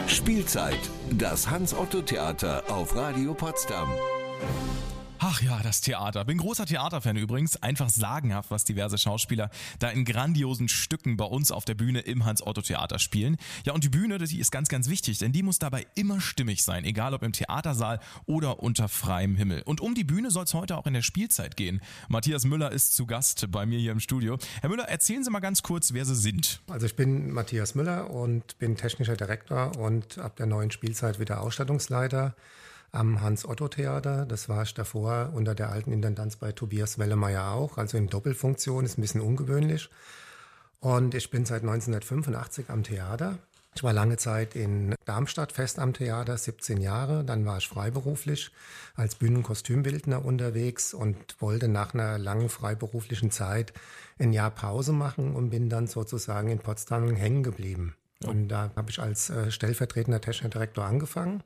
Spielzeit, das Hans-Otto-Theater auf Radio Potsdam. Ach ja, das Theater. Bin großer Theaterfan übrigens. Einfach sagenhaft, was diverse Schauspieler da in grandiosen Stücken bei uns auf der Bühne im Hans-Otto-Theater spielen. Ja, und die Bühne, die ist ganz, ganz wichtig, denn die muss dabei immer stimmig sein, egal ob im Theatersaal oder unter freiem Himmel. Und um die Bühne soll es heute auch in der Spielzeit gehen. Matthias Müller ist zu Gast bei mir hier im Studio. Herr Müller, erzählen Sie mal ganz kurz, wer Sie sind. Also ich bin Matthias Müller und bin technischer Direktor und ab der neuen Spielzeit wieder Ausstattungsleiter am Hans-Otto-Theater. Das war ich davor unter der alten Intendanz bei Tobias Wellemeyer auch, also in Doppelfunktion, ist ein bisschen ungewöhnlich. Und ich bin seit 1985 am Theater. Ich war lange Zeit in Darmstadt fest am Theater, 17 Jahre. Dann war ich freiberuflich als Bühnenkostümbildner unterwegs und wollte nach einer langen freiberuflichen Zeit ein Jahr Pause machen und bin dann sozusagen in Potsdam hängen geblieben. Und da habe ich als stellvertretender technischer Direktor angefangen.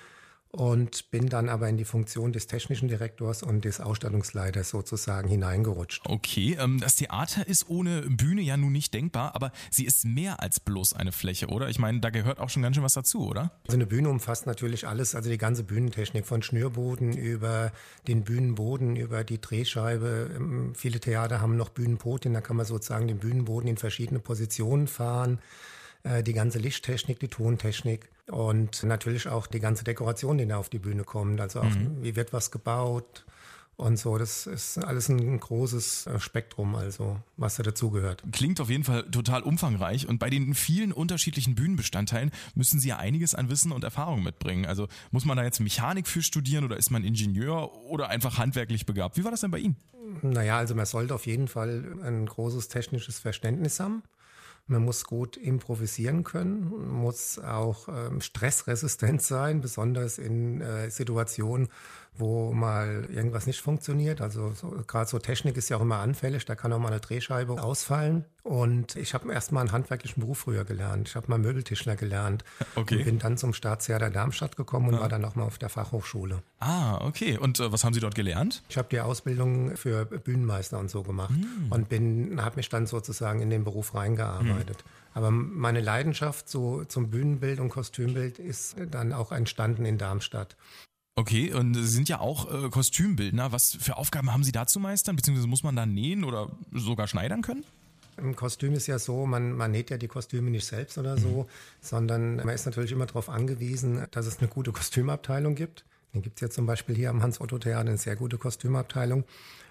Und bin dann aber in die Funktion des technischen Direktors und des Ausstattungsleiters sozusagen hineingerutscht. Okay, das Theater ist ohne Bühne ja nun nicht denkbar, aber sie ist mehr als bloß eine Fläche, oder? Ich meine, da gehört auch schon ganz schön was dazu, oder? Also eine Bühne umfasst natürlich alles, also die ganze Bühnentechnik von Schnürboden über den Bühnenboden, über die Drehscheibe. Viele Theater haben noch Bühnenpodien, da kann man sozusagen den Bühnenboden in verschiedene Positionen fahren. Die ganze Lichttechnik, die Tontechnik und natürlich auch die ganze Dekoration, die da auf die Bühne kommt. Also auch, wie wird was gebaut und so. Das ist alles ein großes Spektrum, also was da dazugehört. Klingt auf jeden Fall total umfangreich und bei den vielen unterschiedlichen Bühnenbestandteilen müssen Sie ja einiges an Wissen und Erfahrung mitbringen. Also muss man da jetzt Mechanik für studieren oder ist man Ingenieur oder einfach handwerklich begabt? Wie war das denn bei Ihnen? Naja, also man sollte auf jeden Fall ein großes technisches Verständnis haben. Man muss gut improvisieren können, muss auch stressresistent sein, besonders in Situationen, wo mal irgendwas nicht funktioniert. Also gerade so Technik ist ja auch immer anfällig, da kann auch mal eine Drehscheibe ausfallen. Und ich habe erst mal einen handwerklichen Beruf früher gelernt. Ich habe mal Möbeltischler gelernt. Okay. Und bin dann zum Staatstheater Darmstadt gekommen und war dann nochmal auf der Fachhochschule. Ah, okay. Und was haben Sie dort gelernt? Ich habe die Ausbildung für Bühnenmeister und so gemacht und habe mich dann sozusagen in den Beruf reingearbeitet. Aber meine Leidenschaft so zum Bühnenbild und Kostümbild ist dann auch entstanden in Darmstadt. Okay, und Sie sind ja auch Kostümbildner. Was für Aufgaben haben Sie da zu meistern? Beziehungsweise muss man da nähen oder sogar schneidern können? Im Kostüm ist ja so, man näht ja die Kostüme nicht selbst oder so, sondern man ist natürlich immer darauf angewiesen, dass es eine gute Kostümabteilung gibt. Den gibt es ja zum Beispiel hier am Hans-Otto-Theater eine sehr gute Kostümabteilung.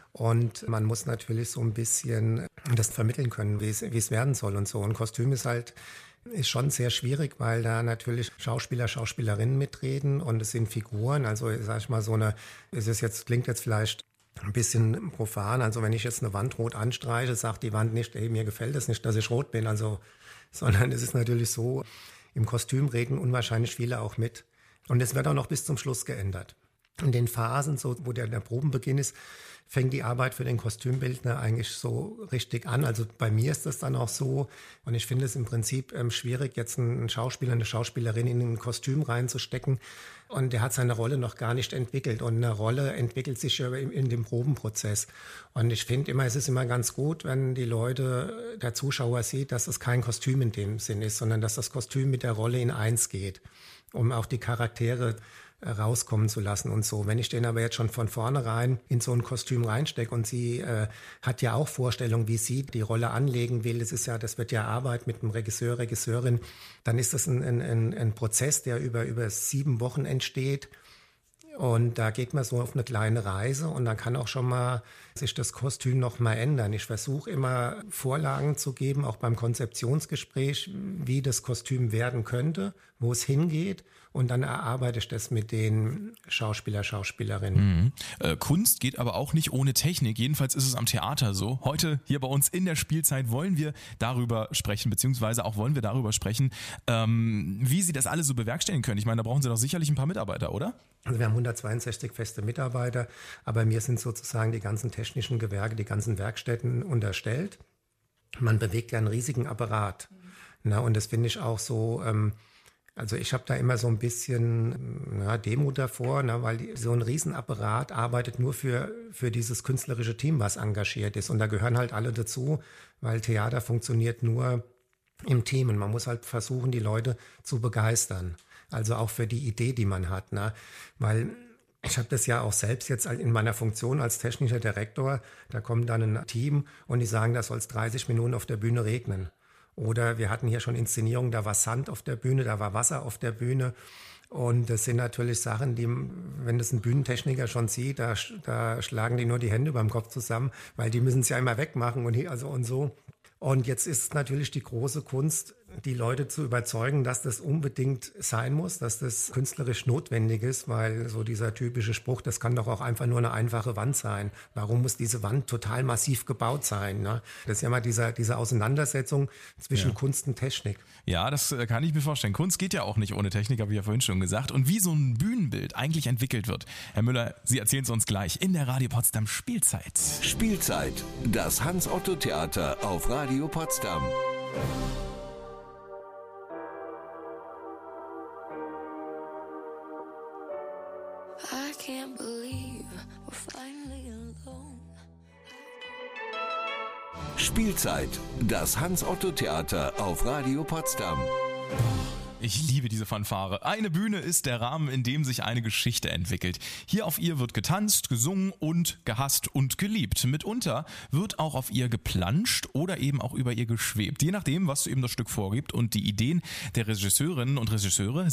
Und man muss natürlich so ein bisschen das vermitteln können, wie es werden soll und so. Und Kostüm ist schon sehr schwierig, weil da natürlich Schauspieler, Schauspielerinnen mitreden und es sind Figuren. Also sag ich mal klingt jetzt vielleicht ein bisschen profan. Also wenn ich jetzt eine Wand rot anstreiche, sagt die Wand nicht, hey, mir gefällt es nicht, dass ich rot bin. Sondern es ist natürlich so, im Kostüm reden unwahrscheinlich viele auch mit. Und es wird auch noch bis zum Schluss geändert. In den Phasen, so wo der Probenbeginn ist, fängt die Arbeit für den Kostümbildner eigentlich so richtig an. Also bei mir ist das dann auch so. Und ich finde es im Prinzip schwierig, jetzt einen Schauspieler, eine Schauspielerin in ein Kostüm reinzustecken. Und der hat seine Rolle noch gar nicht entwickelt. Und eine Rolle entwickelt sich ja in dem Probenprozess. Und ich finde immer, es ist immer ganz gut, wenn der Zuschauer sieht, dass es kein Kostüm in dem Sinn ist, sondern dass das Kostüm mit der Rolle in eins geht, um auch die Charaktere rauskommen zu lassen und so. Wenn ich den aber jetzt schon von vornherein in so ein Kostüm reinstecke und sie hat ja auch Vorstellungen, wie sie die Rolle anlegen will, das wird ja Arbeit mit dem Regisseur, Regisseurin, dann ist das ein Prozess, der über 7 Wochen entsteht. Und da geht man so auf eine kleine Reise und dann kann auch schon mal sich das Kostüm noch mal ändern. Ich versuche immer Vorlagen zu geben, auch beim Konzeptionsgespräch, wie das Kostüm werden könnte, wo es hingeht. Und dann erarbeite ich das mit den Schauspieler, Schauspielerinnen. Kunst geht aber auch nicht ohne Technik. Jedenfalls ist es am Theater so. Heute hier bei uns in der Spielzeit wollen wir darüber sprechen, beziehungsweise auch wollen wir darüber sprechen, wie Sie das alles so bewerkstelligen können. Ich meine, da brauchen Sie doch sicherlich ein paar Mitarbeiter, oder? Also wir haben 162 feste Mitarbeiter, aber mir sind sozusagen die ganzen technischen Gewerke, die ganzen Werkstätten unterstellt. Man bewegt ja einen riesigen Apparat. Und das finde ich auch so, also ich habe da immer so ein bisschen Demut davor, weil so ein Riesenapparat arbeitet nur für dieses künstlerische Team, was engagiert ist. Und da gehören halt alle dazu, weil Theater funktioniert nur im Team. Und man muss halt versuchen, die Leute zu begeistern. Also auch für die Idee, die man hat. Ne? Weil ich habe das ja auch selbst jetzt in meiner Funktion als technischer Direktor. Da kommt dann ein Team und die sagen, da soll es 30 Minuten auf der Bühne regnen. Oder wir hatten hier schon Inszenierungen, da war Sand auf der Bühne, da war Wasser auf der Bühne. Und das sind natürlich Sachen, die, wenn das ein Bühnentechniker schon sieht, da schlagen die nur die Hände über dem Kopf zusammen, weil die müssen es ja immer wegmachen und so. Und jetzt ist natürlich die große Kunst, die Leute zu überzeugen, dass das unbedingt sein muss, dass das künstlerisch notwendig ist, weil so dieser typische Spruch, das kann doch auch einfach nur eine einfache Wand sein. Warum muss diese Wand total massiv gebaut sein? Ne? Das ist ja mal diese Auseinandersetzung zwischen Kunst und Technik. Ja, das kann ich mir vorstellen. Kunst geht ja auch nicht ohne Technik, habe ich ja vorhin schon gesagt. Und wie so ein Bühnenbild eigentlich entwickelt wird. Herr Müller, Sie erzählen es uns gleich in der Radio Potsdam Spielzeit. Spielzeit, das Hans-Otto-Theater auf Radio Potsdam. I can't believe we're finally alone. Spielzeit, das Hans-Otto-Theater auf Radio Potsdam. Ich liebe diese Fanfare. Eine Bühne ist der Rahmen, in dem sich eine Geschichte entwickelt. Hier auf ihr wird getanzt, gesungen und gehasst und geliebt. Mitunter wird auch auf ihr geplanscht oder eben auch über ihr geschwebt. Je nachdem, was eben das Stück vorgibt. Und die Ideen der Regisseurinnen und Regisseure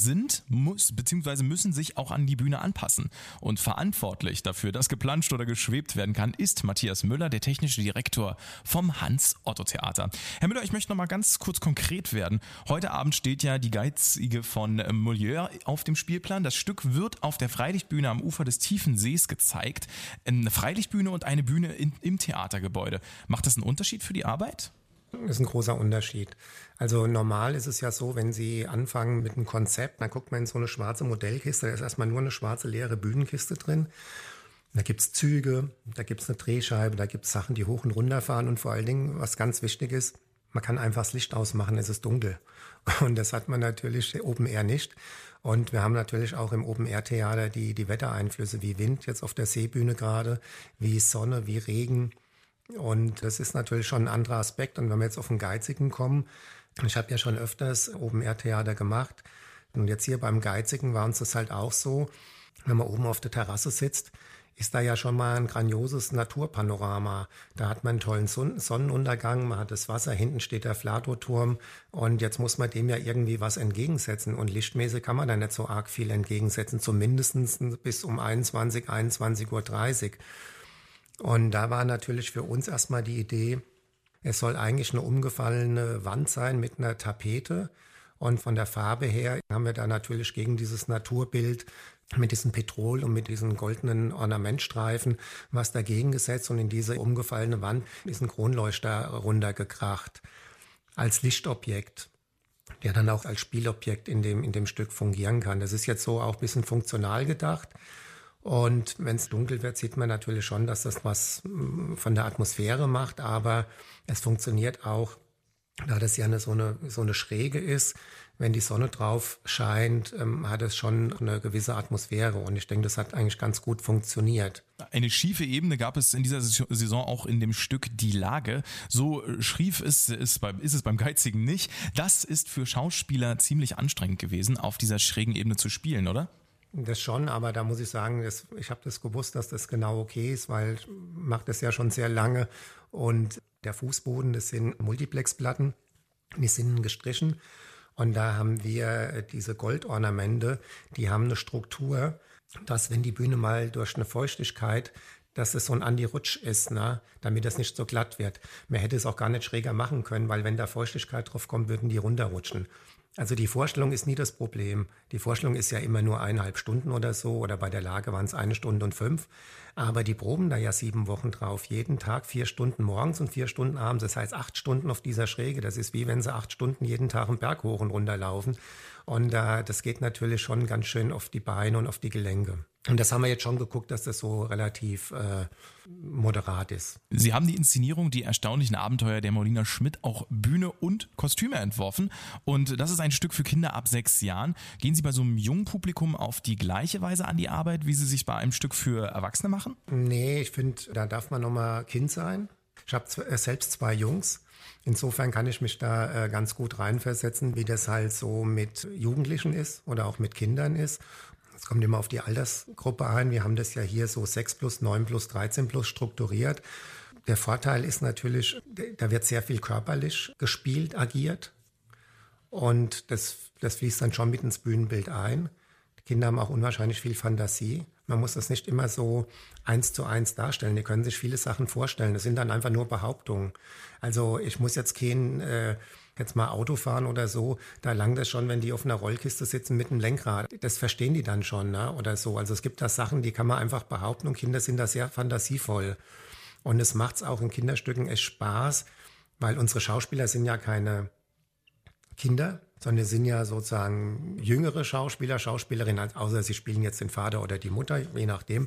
müssen sich auch an die Bühne anpassen. Und verantwortlich dafür, dass geplanscht oder geschwebt werden kann, ist Matthias Müller, der technische Direktor vom Hans-Otto-Theater. Herr Müller, ich möchte noch mal ganz kurz konkret werden. Heute Abend steht ja die Geizige von Molière auf dem Spielplan. Das Stück wird auf der Freilichtbühne am Ufer des tiefen Sees gezeigt. Eine Freilichtbühne und eine Bühne im Theatergebäude. Macht das einen Unterschied für die Arbeit? Das ist ein großer Unterschied. Also normal ist es ja so, wenn Sie anfangen mit einem Konzept, dann guckt man in so eine schwarze Modellkiste, da ist erstmal nur eine schwarze leere Bühnenkiste drin. Da gibt's Züge, da gibt's eine Drehscheibe, da gibt's Sachen, die hoch und runter fahren und vor allen Dingen, was ganz wichtig ist, man kann einfach das Licht ausmachen, es ist dunkel. Und das hat man natürlich Open Air nicht. Und wir haben natürlich auch im Open Air Theater die Wettereinflüsse wie Wind jetzt auf der Seebühne gerade, wie Sonne, wie Regen. Und das ist natürlich schon ein anderer Aspekt. Und wenn wir jetzt auf den Geizigen kommen, ich habe ja schon öfters Open Air Theater gemacht. Und jetzt hier beim Geizigen war uns das halt auch so, wenn man oben auf der Terrasse sitzt, ist da ja schon mal ein grandioses Naturpanorama. Da hat man einen tollen Sonnenuntergang, man hat das Wasser, hinten steht der Flatow-Turm und jetzt muss man dem ja irgendwie was entgegensetzen und lichtmäßig kann man da nicht so arg viel entgegensetzen, zumindest bis um 21:30 Uhr. Und da war natürlich für uns erstmal die Idee, es soll eigentlich eine umgefallene Wand sein mit einer Tapete. Und von der Farbe her haben wir da natürlich gegen dieses Naturbild mit diesem Petrol und mit diesen goldenen Ornamentstreifen was dagegen gesetzt. Und in diese umgefallene Wand ist ein Kronleuchter runtergekracht als Lichtobjekt, der dann auch als Spielobjekt in dem Stück fungieren kann. Das ist jetzt so auch ein bisschen funktional gedacht. Und wenn es dunkel wird, sieht man natürlich schon, dass das was von der Atmosphäre macht. Aber es funktioniert auch, da das ja so eine Schräge ist, wenn die Sonne drauf scheint, hat es schon eine gewisse Atmosphäre. Und ich denke, das hat eigentlich ganz gut funktioniert. Eine schiefe Ebene gab es in dieser Saison auch in dem Stück Die Lage. So schief ist es beim Geizigen nicht. Das ist für Schauspieler ziemlich anstrengend gewesen, auf dieser schrägen Ebene zu spielen, oder? Das schon, aber da muss ich sagen, ich habe das gewusst, dass das genau okay ist, weil ich mache das ja schon sehr lange. Und der Fußboden, das sind Multiplexplatten, die sind gestrichen. Und da haben wir diese Goldornamente, die haben eine Struktur, dass wenn die Bühne mal durch eine Feuchtigkeit, dass es so ein Anti-Rutsch ist, ne? Damit das nicht so glatt wird. Man hätte es auch gar nicht schräger machen können, weil wenn da Feuchtigkeit drauf kommt, würden die runterrutschen. Also die Vorstellung ist nie das Problem. Die Vorstellung ist ja immer nur 1,5 Stunden oder so, oder bei der Lage waren es 1 Stunde und 5. Aber die proben da ja 7 Wochen drauf. Jeden Tag 4 Stunden morgens und 4 Stunden abends. Das heißt 8 Stunden auf dieser Schräge. Das ist wie wenn sie 8 Stunden jeden Tag einen Berg hoch und runter laufen. Und das geht natürlich schon ganz schön auf die Beine und auf die Gelenke. Und das haben wir jetzt schon geguckt, dass das so relativ moderat ist. Sie haben die Inszenierung Die erstaunlichen Abenteuer der Molina Schmidt auch Bühne und Kostüme entworfen. Und das ist ein Stück für Kinder ab 6 Jahren. Gehen Sie bei so einem jungen Publikum auf die gleiche Weise an die Arbeit, wie Sie sich bei einem Stück für Erwachsene machen? Nee, ich finde, da darf man nochmal Kind sein. Ich habe selbst 2 Jungs. Insofern kann ich mich da ganz gut reinversetzen, wie das halt so mit Jugendlichen ist oder auch mit Kindern ist. Es kommt immer auf die Altersgruppe ein. Wir haben das ja hier so 6+, 9+, 13+ strukturiert. Der Vorteil ist natürlich, da wird sehr viel körperlich gespielt, agiert. Und das fließt dann schon mit ins Bühnenbild ein. Die Kinder haben auch unwahrscheinlich viel Fantasie. Man muss das nicht immer so 1:1 darstellen. Die können sich viele Sachen vorstellen. Das sind dann einfach nur Behauptungen. Also ich muss jetzt jetzt mal Auto fahren oder so. Da langt es schon, wenn die auf einer Rollkiste sitzen mit einem Lenkrad. Das verstehen die dann schon, ne? Oder so. Also es gibt da Sachen, die kann man einfach behaupten und Kinder sind da sehr fantasievoll. Und es macht es auch in Kinderstücken echt Spaß, weil unsere Schauspieler sind ja keine Kinder, sondern sind ja sozusagen jüngere Schauspieler, Schauspielerinnen, außer sie spielen jetzt den Vater oder die Mutter, je nachdem.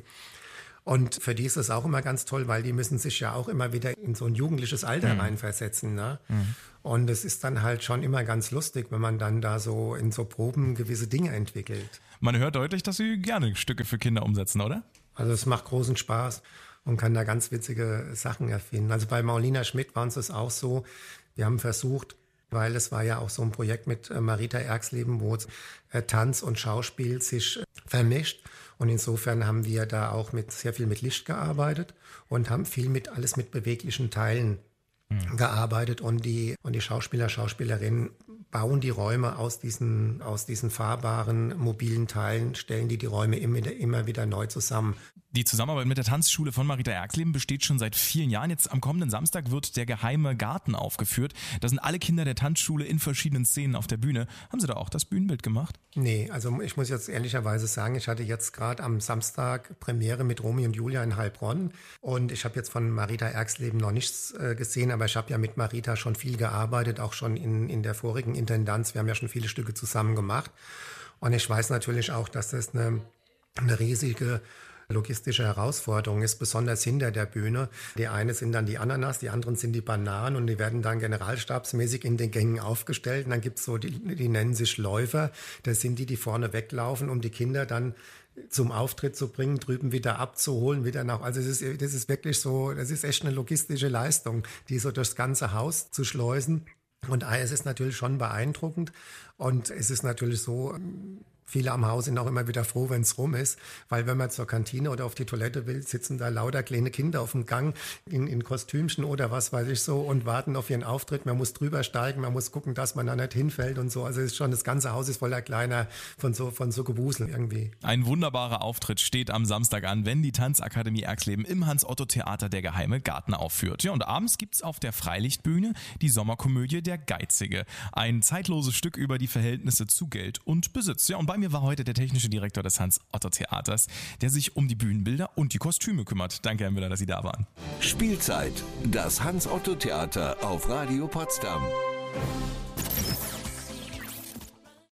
Und für die ist das auch immer ganz toll, weil die müssen sich ja auch immer wieder in so ein jugendliches Alter reinversetzen. Ne? Und es ist dann halt schon immer ganz lustig, wenn man dann da so in so Proben gewisse Dinge entwickelt. Man hört deutlich, dass Sie gerne Stücke für Kinder umsetzen, oder? Also es macht großen Spaß und kann da ganz witzige Sachen erfinden. Also bei Maulina Schmidt war es auch so, wir haben versucht, weil es war ja auch so ein Projekt mit Marita Erxleben, wo Tanz und Schauspiel sich vermischt. Und insofern haben wir da auch sehr viel mit Licht gearbeitet und haben viel alles mit beweglichen Teilen gearbeitet. Und die Schauspieler, Schauspielerinnen bauen die Räume aus diesen fahrbaren, mobilen Teilen, stellen die Räume immer wieder neu zusammen. Die Zusammenarbeit mit der Tanzschule von Marita Erxleben besteht schon seit vielen Jahren. Jetzt am kommenden Samstag wird der geheime Garten aufgeführt. Da sind alle Kinder der Tanzschule in verschiedenen Szenen auf der Bühne. Haben Sie da auch das Bühnenbild gemacht? Nee, also ich muss jetzt ehrlicherweise sagen, ich hatte jetzt gerade am Samstag Premiere mit Romy und Julia in Heilbronn. Und ich habe jetzt von Marita Erxleben noch nichts gesehen, aber ich habe ja mit Marita schon viel gearbeitet, auch schon in der vorigen Intendanz. Wir haben ja schon viele Stücke zusammen gemacht. Und ich weiß natürlich auch, dass das eine riesige logistische Herausforderung ist, besonders hinter der Bühne. Die eine sind dann die Ananas, die anderen sind die Bananen und die werden dann generalstabsmäßig in den Gängen aufgestellt. Und dann gibt's so, die nennen sich Läufer. Das sind die vorne weglaufen, um die Kinder dann zum Auftritt zu bringen, drüben wieder abzuholen, wieder nach. Also das ist wirklich so, das ist echt eine logistische Leistung, die so durchs ganze Haus zu schleusen. Und es ist natürlich schon beeindruckend und es ist natürlich so, viele am Haus sind auch immer wieder froh, wenn es rum ist, weil wenn man zur Kantine oder auf die Toilette will, sitzen da lauter kleine Kinder auf dem Gang in Kostümchen oder was weiß ich so und warten auf ihren Auftritt. Man muss drüber steigen, man muss gucken, dass man da nicht hinfällt und so. Also es ist schon, das ganze Haus ist voller kleiner von so Gewusel irgendwie. Ein wunderbarer Auftritt steht am Samstag an, wenn die Tanzakademie Erxleben im Hans-Otto-Theater der geheime Garten aufführt. Ja, und abends gibt's auf der Freilichtbühne die Sommerkomödie Der Geizige. Ein zeitloses Stück über die Verhältnisse zu Geld und Besitz. Ja, und bei mir war heute der technische Direktor des Hans-Otto-Theaters, der sich um die Bühnenbilder und die Kostüme kümmert. Danke, Herr Müller, dass Sie da waren. Spielzeit, das Hans-Otto-Theater auf Radio Potsdam.